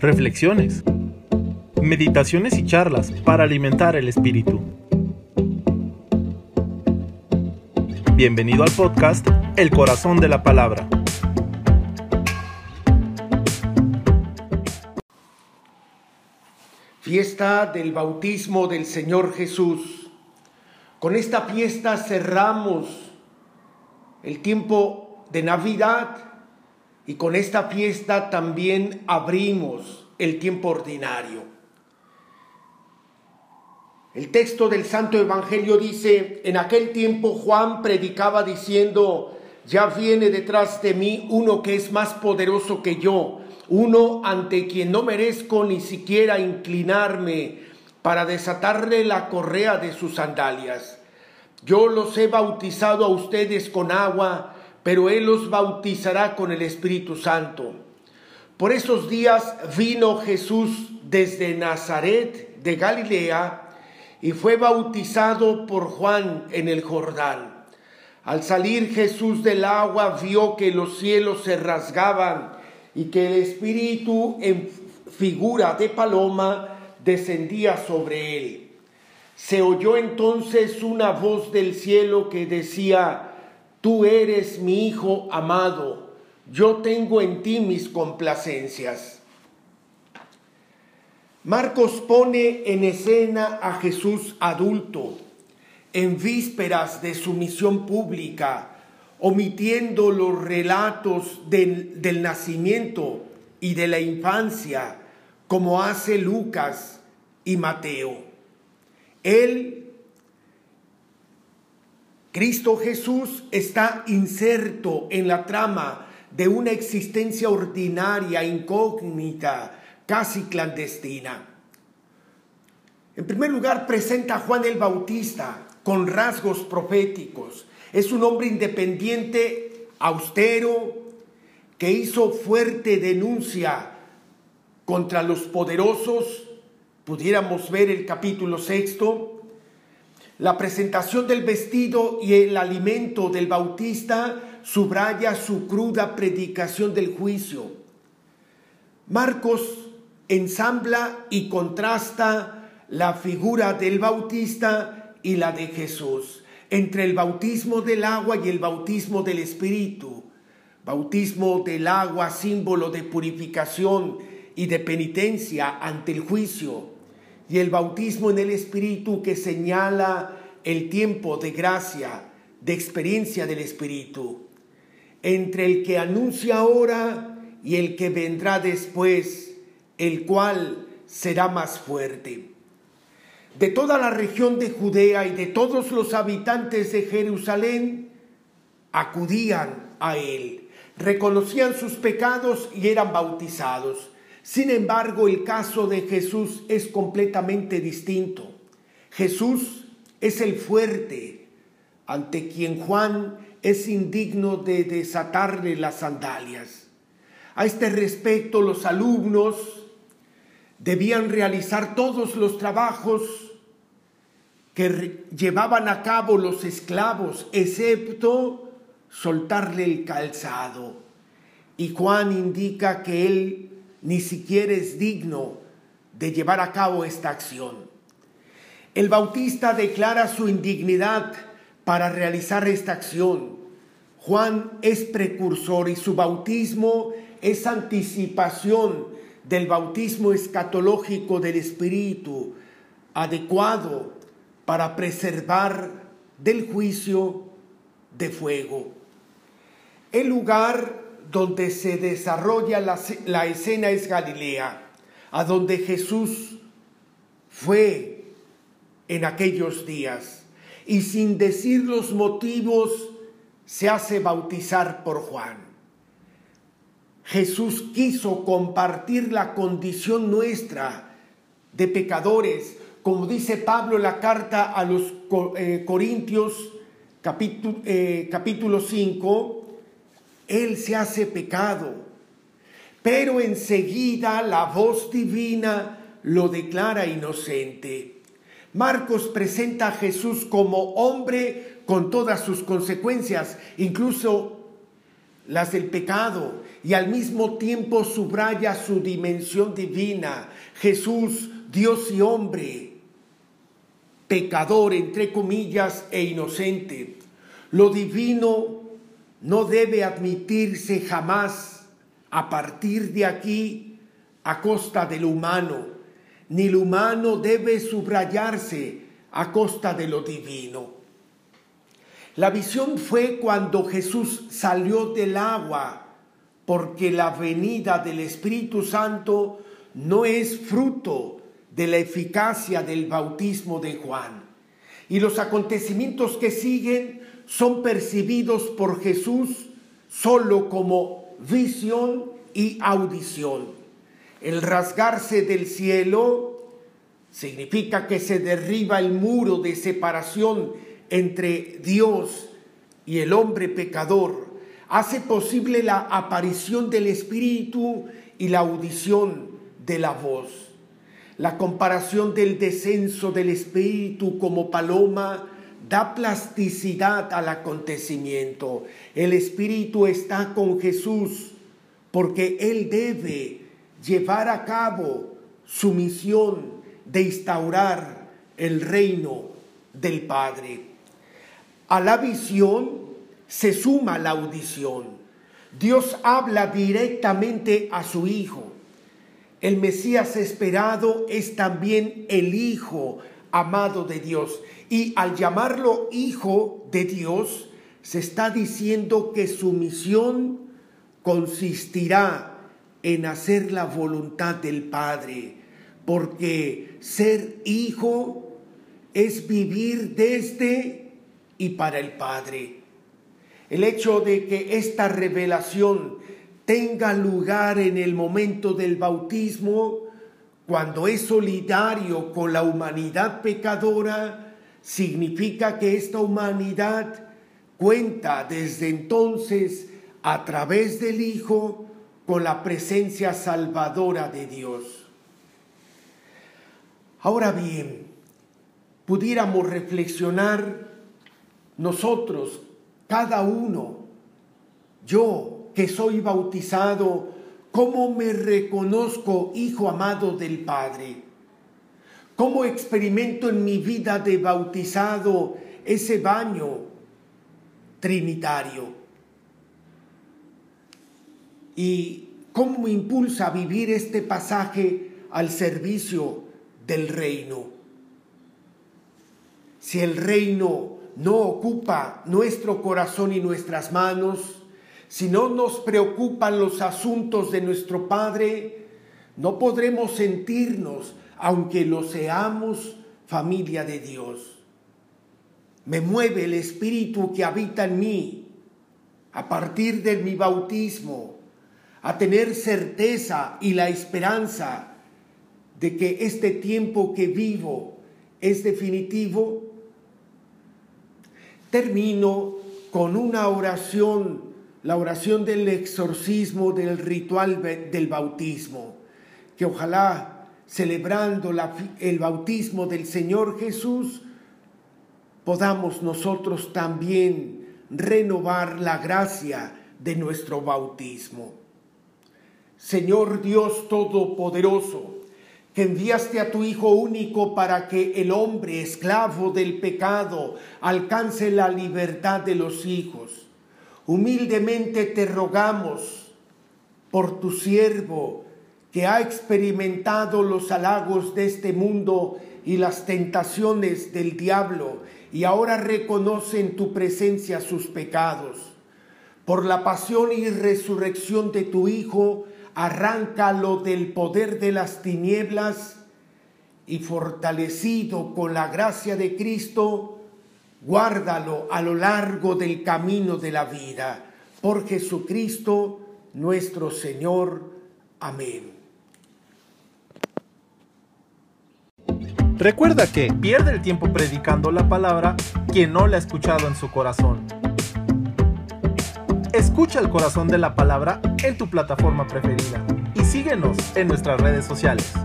reflexiones, meditaciones y charlas para alimentar el espíritu. Bienvenido al podcast El Corazón de la Palabra. Fiesta del bautismo del Señor Jesús. Con esta fiesta cerramos el tiempo de Navidad y con esta fiesta también abrimos el tiempo ordinario. El texto del Santo Evangelio dice: en aquel tiempo Juan predicaba diciendo: ya viene detrás de mí uno que es más poderoso que yo, uno ante quien no merezco ni siquiera inclinarme para desatarle la correa de sus sandalias. Yo los he bautizado a ustedes con agua, pero Él los bautizará con el Espíritu Santo. Por esos días vino Jesús desde Nazaret de Galilea y fue bautizado por Juan en el Jordán. Al salir Jesús del agua vio que los cielos se rasgaban y que el Espíritu en figura de paloma descendía sobre él. Se oyó entonces una voz del cielo que decía: tú eres mi Hijo amado, yo tengo en ti mis complacencias. Marcos pone en escena a Jesús adulto, en vísperas de su misión pública, omitiendo los relatos del nacimiento y de la infancia, como hace Lucas y Mateo. Él, Cristo Jesús, está inserto en la trama de una existencia ordinaria, incógnita, casi clandestina. En primer lugar, presenta a Juan el Bautista con rasgos proféticos. Es un hombre independiente, austero, que hizo fuerte denuncia contra los poderosos. Pudiéramos ver el capítulo 6. La presentación del vestido y el alimento del Bautista subraya su cruda predicación del juicio. Marcos ensambla y contrasta la figura del Bautista y la de Jesús, entre el bautismo del agua y el bautismo del Espíritu. Bautismo del agua, símbolo de purificación y de penitencia ante el juicio, y el bautismo en el Espíritu, que señala el tiempo de gracia, de experiencia del Espíritu, entre el que anuncia ahora y el que vendrá después, el cual será más fuerte. De toda la región de Judea y de todos los habitantes de Jerusalén acudían a él, reconocían sus pecados y eran bautizados. Sin embargo, el caso de Jesús es completamente distinto. Jesús es el fuerte, ante quien Juan es indigno de desatarle las sandalias. A este respecto, los alumnos debían realizar todos los trabajos que llevaban a cabo los esclavos, excepto soltarle el calzado. Y Juan indica que él ni siquiera es digno de llevar a cabo esta acción. El Bautista declara su indignidad para realizar esta acción. Juan es precursor y su bautismo es anticipación del bautismo escatológico del Espíritu, adecuado para preservar del juicio de fuego. El lugar donde se desarrolla la escena es Galilea, a donde Jesús fue en aquellos días, y sin decir los motivos se hace bautizar por Juan. Jesús quiso compartir la condición nuestra de pecadores, como dice Pablo en la carta a los Corintios, capítulo 5, Él se hace pecado, pero enseguida la voz divina lo declara inocente. Marcos presenta a Jesús como hombre con todas sus consecuencias, incluso las del pecado, y al mismo tiempo subraya su dimensión divina. Jesús, Dios y hombre, pecador entre comillas e inocente. Lo divino no debe admitirse jamás a partir de aquí a costa de lo humano, ni lo humano debe subrayarse a costa de lo divino. La visión fue cuando Jesús salió del agua, porque la venida del Espíritu Santo no es fruto de la eficacia del bautismo de Juan. Y los acontecimientos que siguen son percibidos por Jesús solo como visión y audición. El rasgarse del cielo significa que se derriba el muro de separación entre Dios y el hombre pecador. Hace posible la aparición del Espíritu y la audición de la voz. La comparación del descenso del Espíritu como paloma da plasticidad al acontecimiento. El Espíritu está con Jesús porque Él debe llevar a cabo su misión de instaurar el reino del Padre. A la visión se suma la audición. Dios habla directamente a su Hijo. El Mesías esperado es también el Hijo amado de Dios. Y al llamarlo Hijo de Dios, se está diciendo que su misión consistirá en hacer la voluntad del Padre, porque ser hijo es vivir desde y para el Padre. El hecho de que esta revelación tenga lugar en el momento del bautismo, cuando es solidario con la humanidad pecadora, significa que esta humanidad cuenta desde entonces a través del Hijo con la presencia salvadora de Dios. Ahora bien, pudiéramos reflexionar nosotros, cada uno, yo que soy bautizado, ¿cómo me reconozco hijo amado del Padre? ¿Cómo experimento en mi vida de bautizado ese baño trinitario? ¿Y cómo me impulsa a vivir este pasaje al servicio del reino? Si el reino no ocupa nuestro corazón y nuestras manos, si no nos preocupan los asuntos de nuestro Padre, no podremos sentirnos, aunque lo seamos, familia de Dios. Me mueve el Espíritu que habita en mí a partir de mi bautismo, a tener certeza y la esperanza de que este tiempo que vivo es definitivo. Termino con una oración, la oración del exorcismo, del ritual del bautismo, que ojalá, celebrando el bautismo del Señor Jesús, podamos nosotros también renovar la gracia de nuestro bautismo. Señor Dios Todopoderoso, que enviaste a tu Hijo único para que el hombre, esclavo del pecado, alcance la libertad de los hijos. Humildemente te rogamos por tu siervo, que ha experimentado los halagos de este mundo y las tentaciones del diablo, y ahora reconoce en tu presencia sus pecados. Por la pasión y resurrección de tu Hijo, arráncalo del poder de las tinieblas y, fortalecido con la gracia de Cristo, guárdalo a lo largo del camino de la vida. Por Jesucristo nuestro Señor. Amén. Recuerda que pierde el tiempo predicando la palabra quien no la ha escuchado en su corazón. Escucha el corazón de la palabra en tu plataforma preferida y síguenos en nuestras redes sociales.